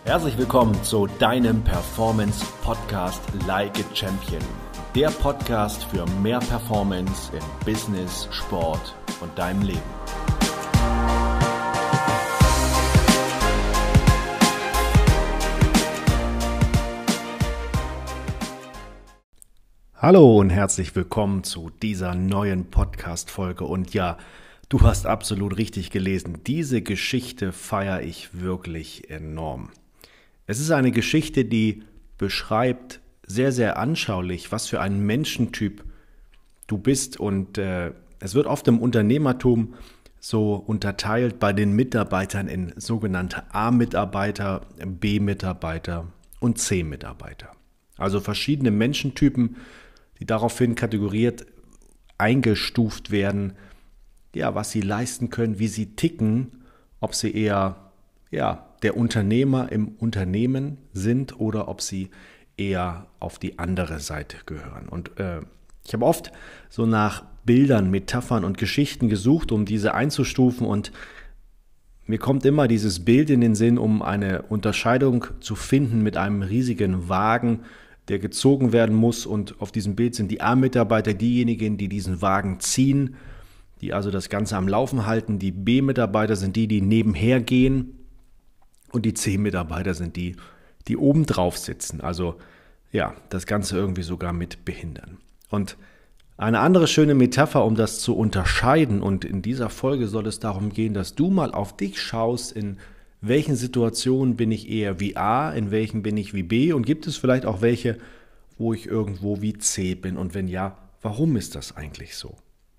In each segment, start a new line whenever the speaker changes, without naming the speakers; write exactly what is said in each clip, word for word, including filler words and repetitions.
Herzlich willkommen zu deinem Performance Podcast Like a Champion. Der Podcast für mehr Performance im Business, Sport und deinem Leben. Hallo und herzlich willkommen zu dieser neuen Podcast-Folge. Und ja, du hast absolut richtig gelesen. Diese Geschichte feiere ich wirklich enorm. Es ist eine Geschichte, die beschreibt sehr, sehr anschaulich, was für ein Menschentyp du bist. Und äh, es wird oft im Unternehmertum so unterteilt bei den Mitarbeitern in sogenannte A-Mitarbeiter, B-Mitarbeiter und C-Mitarbeiter. Also verschiedene Menschentypen, die daraufhin kategoriert eingestuft werden, ja, was sie leisten können, wie sie ticken, ob sie eher ja, der Unternehmer im Unternehmen sind oder ob sie eher auf die andere Seite gehören. Und äh, ich habe oft so nach Bildern, Metaphern und Geschichten gesucht, um diese einzustufen, und mir kommt immer dieses Bild in den Sinn, um eine Unterscheidung zu finden mit einem riesigen Wagen, der gezogen werden muss, und auf diesem Bild sind die A-Mitarbeiter diejenigen, die diesen Wagen ziehen, die also das Ganze am Laufen halten. Die B-Mitarbeiter sind die, die nebenher gehen, und die C-Mitarbeiter sind die, die oben drauf sitzen, also ja, das Ganze irgendwie sogar mit behindern. Und eine andere schöne Metapher, um das zu unterscheiden, und in dieser Folge soll es darum gehen, dass du mal auf dich schaust, in welchen Situationen bin ich eher wie A, in welchen bin ich wie B, und gibt es vielleicht auch welche, wo ich irgendwo wie C bin, und wenn ja, warum ist das eigentlich so?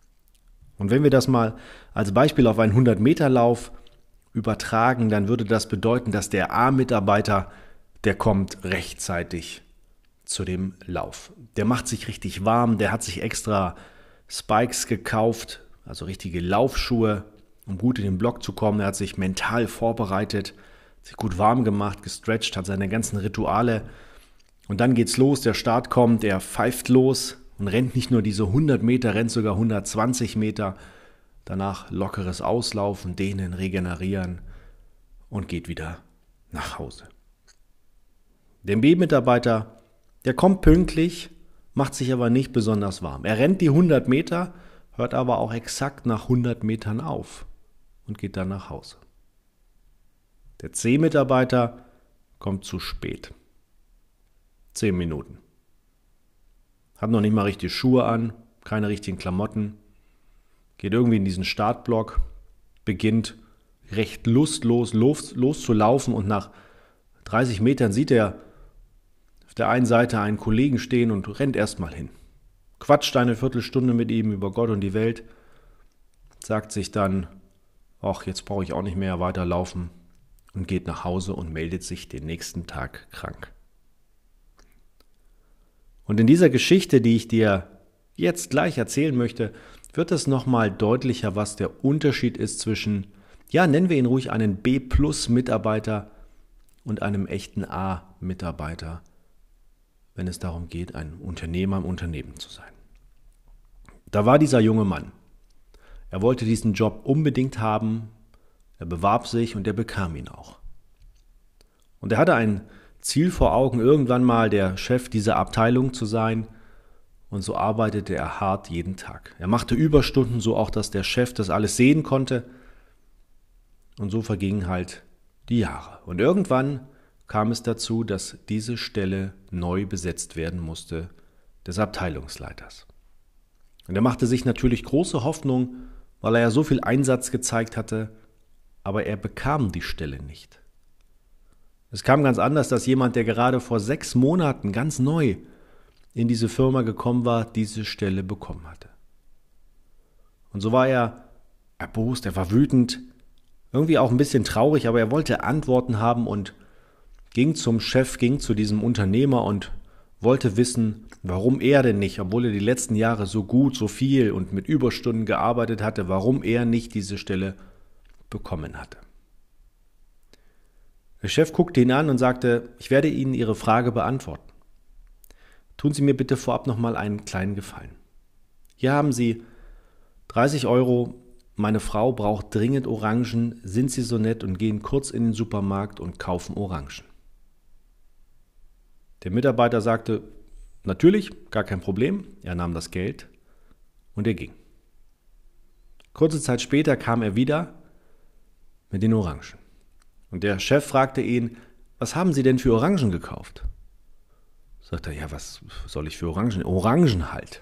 Und wenn wir das mal als Beispiel auf einen hundert-Meter-Lauf übertragen, dann würde das bedeuten, dass der A-Mitarbeiter, der kommt rechtzeitig zu dem Lauf. Der macht sich richtig warm, der hat sich extra Spikes gekauft, also richtige Laufschuhe, um gut in den Block zu kommen. Er hat sich mental vorbereitet, sich gut warm gemacht, gestretcht, hat seine ganzen Rituale. Und dann geht's los, der Start kommt, er pfeift los und rennt nicht nur diese hundert Meter, rennt sogar hundertzwanzig Meter. Danach lockeres Auslaufen, dehnen, regenerieren und geht wieder nach Hause. Der B-Mitarbeiter, der kommt pünktlich, macht sich aber nicht besonders warm. Er rennt die hundert Meter, hört aber auch exakt nach hundert Metern auf und geht dann nach Hause. Der C-Mitarbeiter kommt zu spät. Zehn Minuten. Hat noch nicht mal richtig Schuhe an, keine richtigen Klamotten. Geht irgendwie in diesen Startblock, beginnt recht lustlos los, loszulaufen, und nach dreißig Metern sieht er auf der einen Seite einen Kollegen stehen und rennt erstmal hin. Quatscht eine Viertelstunde mit ihm über Gott und die Welt, sagt sich dann, ach, jetzt brauche ich auch nicht mehr weiterlaufen, und geht nach Hause und meldet sich den nächsten Tag krank. Und in dieser Geschichte, die ich dir jetzt gleich erzählen möchte, wird es nochmal deutlicher, was der Unterschied ist zwischen, ja, nennen wir ihn ruhig einen B-Plus-Mitarbeiter und einem echten A-Mitarbeiter, wenn es darum geht, ein Unternehmer im Unternehmen zu sein. Da war dieser junge Mann. Er wollte diesen Job unbedingt haben, er bewarb sich und er bekam ihn auch. Und er hatte ein Ziel vor Augen, irgendwann mal der Chef dieser Abteilung zu sein. Und so arbeitete er hart jeden Tag. Er machte Überstunden, so auch, dass der Chef das alles sehen konnte. Und so vergingen halt die Jahre. Und irgendwann kam es dazu, dass diese Stelle neu besetzt werden musste, des Abteilungsleiters. Und er machte sich natürlich große Hoffnung, weil er ja so viel Einsatz gezeigt hatte, aber er bekam die Stelle nicht. Es kam ganz anders, dass jemand, der gerade vor sechs Monaten ganz neu in diese Firma gekommen war, diese Stelle bekommen hatte. Und so war er erbost, er war wütend, irgendwie auch ein bisschen traurig, aber er wollte Antworten haben und ging zum Chef, ging zu diesem Unternehmer und wollte wissen, warum er denn nicht, obwohl er die letzten Jahre so gut, so viel und mit Überstunden gearbeitet hatte, warum er nicht diese Stelle bekommen hatte. Der Chef guckte ihn an und sagte, ich werde Ihnen Ihre Frage beantworten. Tun Sie mir bitte vorab nochmal einen kleinen Gefallen. Hier haben Sie dreißig Euro, meine Frau braucht dringend Orangen, sind Sie so nett und gehen kurz in den Supermarkt und kaufen Orangen. Der Mitarbeiter sagte, natürlich, gar kein Problem. Er nahm das Geld und er ging. Kurze Zeit später kam er wieder mit den Orangen. Und der Chef fragte ihn, was haben Sie denn für Orangen gekauft? Sagt er, ja, was soll ich für Orangen? Orangen halt.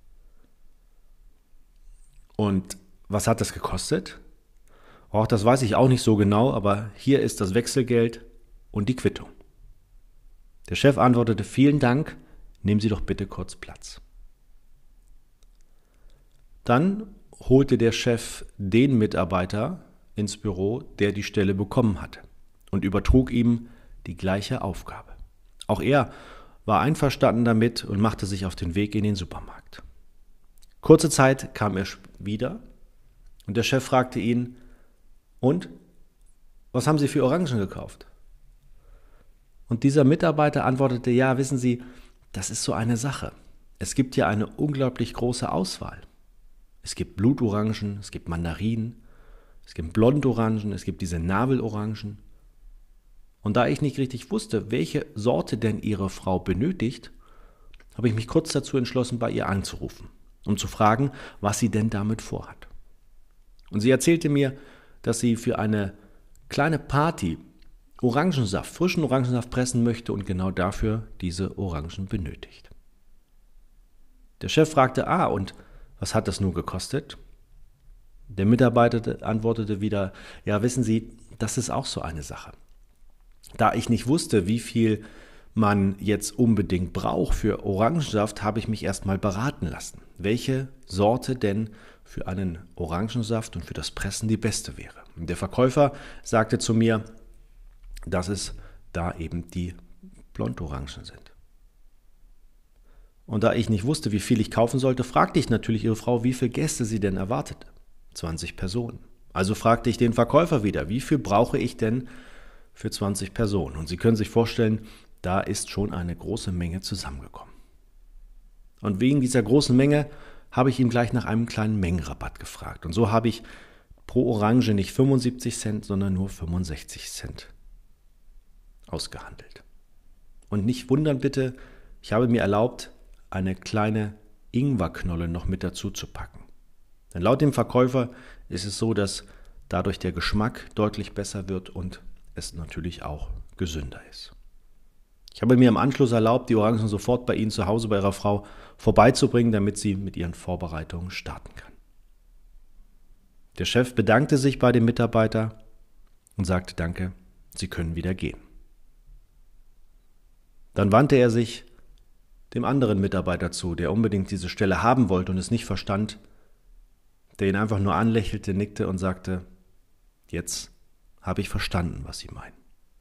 Und was hat das gekostet? Auch das weiß ich auch nicht so genau, aber hier ist das Wechselgeld und die Quittung. Der Chef antwortete, vielen Dank, nehmen Sie doch bitte kurz Platz. Dann holte der Chef den Mitarbeiter ins Büro, der die Stelle bekommen hatte, und übertrug ihm die gleiche Aufgabe. Auch er war einverstanden damit und machte sich auf den Weg in den Supermarkt. Kurze Zeit kam er wieder und der Chef fragte ihn, und, was haben Sie für Orangen gekauft? Und dieser Mitarbeiter antwortete, ja, wissen Sie, das ist so eine Sache. Es gibt ja eine unglaublich große Auswahl. Es gibt Blutorangen, es gibt Mandarinen, es gibt Blondorangen, es gibt diese Nabelorangen. Und da ich nicht richtig wusste, welche Sorte denn Ihre Frau benötigt, habe ich mich kurz dazu entschlossen, bei ihr anzurufen, um zu fragen, was sie denn damit vorhat. Und sie erzählte mir, dass sie für eine kleine Party Orangensaft, frischen Orangensaft pressen möchte und genau dafür diese Orangen benötigt. Der Chef fragte, ah, und was hat das nun gekostet? Der Mitarbeiter antwortete wieder, ja, wissen Sie, das ist auch so eine Sache. Da ich nicht wusste, wie viel man jetzt unbedingt braucht für Orangensaft, habe ich mich erstmal beraten lassen, welche Sorte denn für einen Orangensaft und für das Pressen die beste wäre. Und der Verkäufer sagte zu mir, dass es da eben die Blondorangen sind. Und da ich nicht wusste, wie viel ich kaufen sollte, fragte ich natürlich ihre Frau, wie viele Gäste sie denn erwartete. zwanzig Personen. Also fragte ich den Verkäufer wieder, wie viel brauche ich denn für zwanzig Personen? Und Sie können sich vorstellen, da ist schon eine große Menge zusammengekommen. Und wegen dieser großen Menge habe ich ihn gleich nach einem kleinen Mengenrabatt gefragt. Und so habe ich pro Orange nicht fünfundsiebzig Cent, sondern nur fünfundsechzig Cent ausgehandelt. Und nicht wundern bitte, ich habe mir erlaubt, eine kleine Ingwerknolle noch mit dazu zu packen. Denn laut dem Verkäufer ist es so, dass dadurch der Geschmack deutlich besser wird und es natürlich auch gesünder ist. Ich habe mir im Anschluss erlaubt, die Orangen sofort bei Ihnen zu Hause bei Ihrer Frau vorbeizubringen, damit sie mit ihren Vorbereitungen starten kann. Der Chef bedankte sich bei dem Mitarbeiter und sagte, danke, Sie können wieder gehen. Dann wandte er sich dem anderen Mitarbeiter zu, der unbedingt diese Stelle haben wollte und es nicht verstand, der ihn einfach nur anlächelte, nickte und sagte, jetzt habe ich verstanden, was Sie meinen.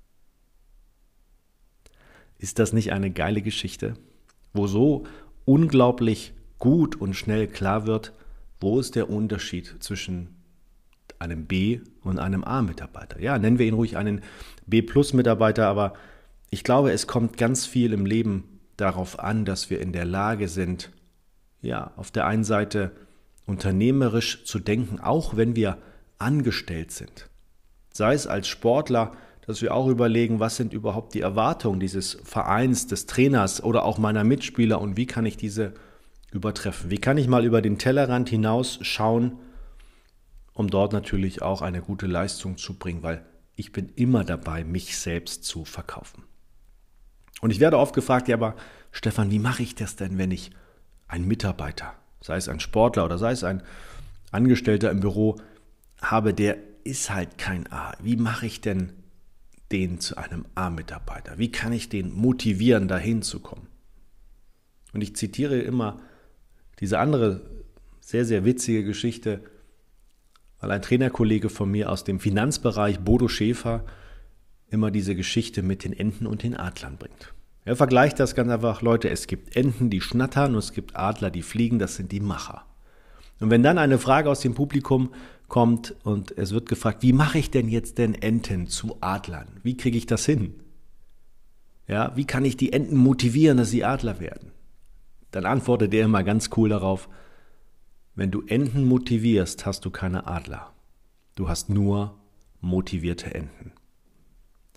Ist das nicht eine geile Geschichte, wo so unglaublich gut und schnell klar wird, wo ist der Unterschied zwischen einem B- und einem A-Mitarbeiter? Ja, nennen wir ihn ruhig einen B-Plus-Mitarbeiter, aber ich glaube, es kommt ganz viel im Leben darauf an, dass wir in der Lage sind, ja, auf der einen Seite unternehmerisch zu denken, auch wenn wir angestellt sind. Sei es als Sportler, dass wir auch überlegen, was sind überhaupt die Erwartungen dieses Vereins, des Trainers oder auch meiner Mitspieler und wie kann ich diese übertreffen? Wie kann ich mal über den Tellerrand hinaus schauen, um dort natürlich auch eine gute Leistung zu bringen, weil ich bin immer dabei, mich selbst zu verkaufen. Und ich werde oft gefragt, ja, aber Stefan, wie mache ich das denn, wenn ich einen Mitarbeiter, sei es ein Sportler oder sei es ein Angestellter im Büro, habe, der ist halt kein A. Wie mache ich denn den zu einem A-Mitarbeiter? Wie kann ich den motivieren, dahin zu kommen? Und ich zitiere immer diese andere sehr, sehr witzige Geschichte, weil ein Trainerkollege von mir aus dem Finanzbereich, Bodo Schäfer, immer diese Geschichte mit den Enten und den Adlern bringt. Er vergleicht das ganz einfach, Leute, es gibt Enten, die schnattern und es gibt Adler, die fliegen, das sind die Macher. Und wenn dann eine Frage aus dem Publikum kommt und es wird gefragt, wie mache ich denn jetzt denn Enten zu Adlern? Wie kriege ich das hin? Ja, wie kann ich die Enten motivieren, dass sie Adler werden? Dann antwortet er immer ganz cool darauf, wenn du Enten motivierst, hast du keine Adler. Du hast nur motivierte Enten.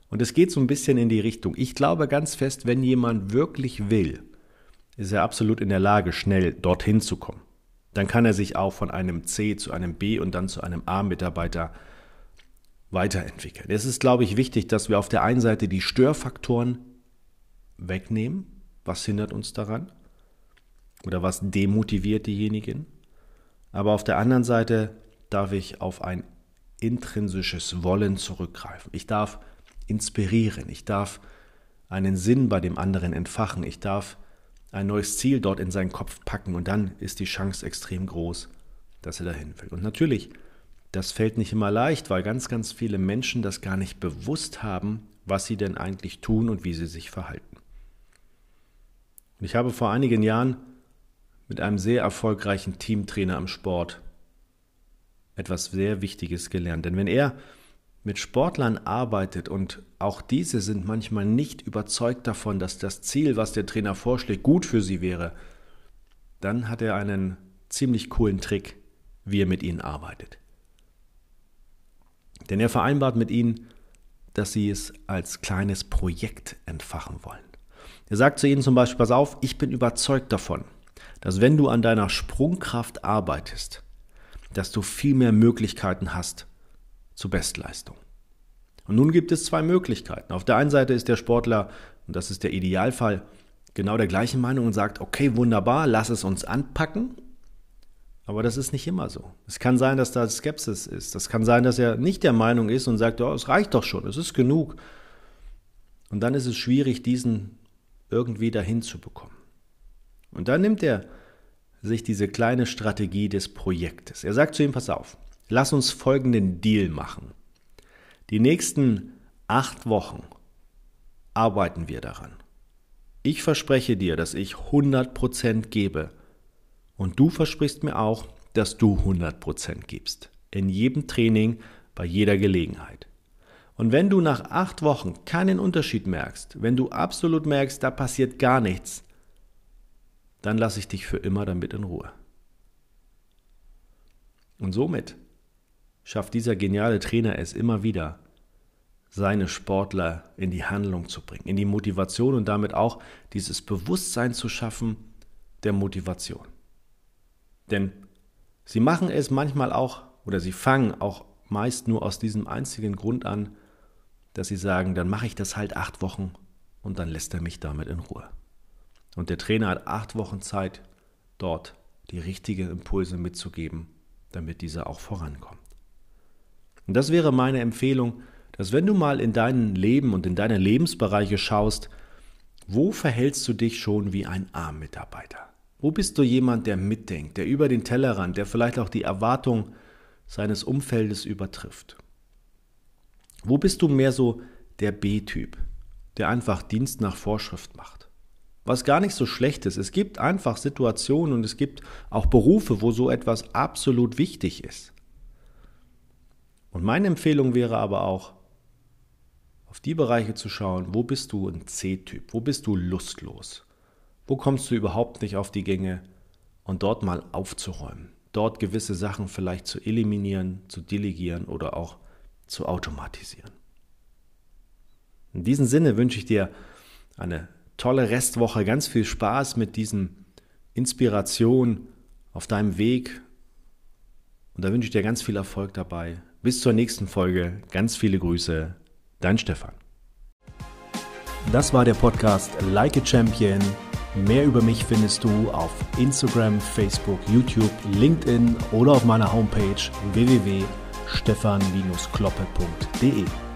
Und es geht so ein bisschen in die Richtung. Ich glaube ganz fest, wenn jemand wirklich will, ist er absolut in der Lage, schnell dorthin zu kommen. Dann kann er sich auch von einem C zu einem B und dann zu einem A-Mitarbeiter weiterentwickeln. Es ist, glaube ich, wichtig, dass wir auf der einen Seite die Störfaktoren wegnehmen. Was hindert uns daran? Oder was demotiviert diejenigen? Aber auf der anderen Seite darf ich auf ein intrinsisches Wollen zurückgreifen. Ich darf inspirieren. Ich darf einen Sinn bei dem anderen entfachen. Ich darf ein neues Ziel dort in seinen Kopf packen und dann ist die Chance extrem groß, dass er dahin will. Und natürlich, das fällt nicht immer leicht, weil ganz, ganz viele Menschen das gar nicht bewusst haben, was sie denn eigentlich tun und wie sie sich verhalten. Und ich habe vor einigen Jahren mit einem sehr erfolgreichen Teamtrainer im Sport etwas sehr Wichtiges gelernt. Denn wenn er mit Sportlern arbeitet und auch diese sind manchmal nicht überzeugt davon, dass das Ziel, was der Trainer vorschlägt, gut für sie wäre, dann hat er einen ziemlich coolen Trick, wie er mit ihnen arbeitet. Denn er vereinbart mit ihnen, dass sie es als kleines Projekt entfachen wollen. Er sagt zu ihnen zum Beispiel, pass auf, ich bin überzeugt davon, dass wenn du an deiner Sprungkraft arbeitest, dass du viel mehr Möglichkeiten hast zur Bestleistung. Und nun gibt es zwei Möglichkeiten. Auf der einen Seite ist der Sportler, und das ist der Idealfall, genau der gleichen Meinung und sagt, okay, wunderbar, lass es uns anpacken. Aber das ist nicht immer so. Es kann sein, dass da Skepsis ist. Das kann sein, dass er nicht der Meinung ist und sagt, oh, es reicht doch schon, es ist genug. Und dann ist es schwierig, diesen irgendwie dahin zu bekommen. Und dann nimmt er sich diese kleine Strategie des Projektes. Er sagt zu ihm, pass auf, lass uns folgenden Deal machen. Die nächsten acht Wochen arbeiten wir daran. Ich verspreche dir, dass ich hundert Prozent gebe. Und du versprichst mir auch, dass du hundert Prozent gibst. In jedem Training, bei jeder Gelegenheit. Und wenn du nach acht Wochen keinen Unterschied merkst, wenn du absolut merkst, da passiert gar nichts, dann lasse ich dich für immer damit in Ruhe. Und somit schafft dieser geniale Trainer es immer wieder, seine Sportler in die Handlung zu bringen, in die Motivation und damit auch dieses Bewusstsein zu schaffen der Motivation. Denn sie machen es manchmal auch, oder sie fangen auch meist nur aus diesem einzigen Grund an, dass sie sagen, dann mache ich das halt acht Wochen und dann lässt er mich damit in Ruhe. Und der Trainer hat acht Wochen Zeit, dort die richtigen Impulse mitzugeben, damit dieser auch vorankommt. Und das wäre meine Empfehlung, dass wenn du mal in dein Leben und in deine Lebensbereiche schaust, wo verhältst du dich schon wie ein A-Mitarbeiter? Wo bist du jemand, der mitdenkt, der über den Tellerrand, der vielleicht auch die Erwartung seines Umfeldes übertrifft? Wo bist du mehr so der B-Typ, der einfach Dienst nach Vorschrift macht? Was gar nicht so schlecht ist. Es gibt einfach Situationen und es gibt auch Berufe, wo so etwas absolut wichtig ist. Und meine Empfehlung wäre aber auch, auf die Bereiche zu schauen, wo bist du ein C-Typ, wo bist du lustlos, wo kommst du überhaupt nicht auf die Gänge und dort mal aufzuräumen, dort gewisse Sachen vielleicht zu eliminieren, zu delegieren oder auch zu automatisieren. In diesem Sinne wünsche ich dir eine tolle Restwoche, ganz viel Spaß mit diesen Inspirationen auf deinem Weg und da wünsche ich dir ganz viel Erfolg dabei. Bis zur nächsten Folge, ganz viele Grüße, dein Stefan. Das war der Podcast Like a Champion. Mehr über mich findest du auf Instagram, Facebook, YouTube, LinkedIn oder auf meiner Homepage w w w punkt stefan Bindestrich kloppe punkt de.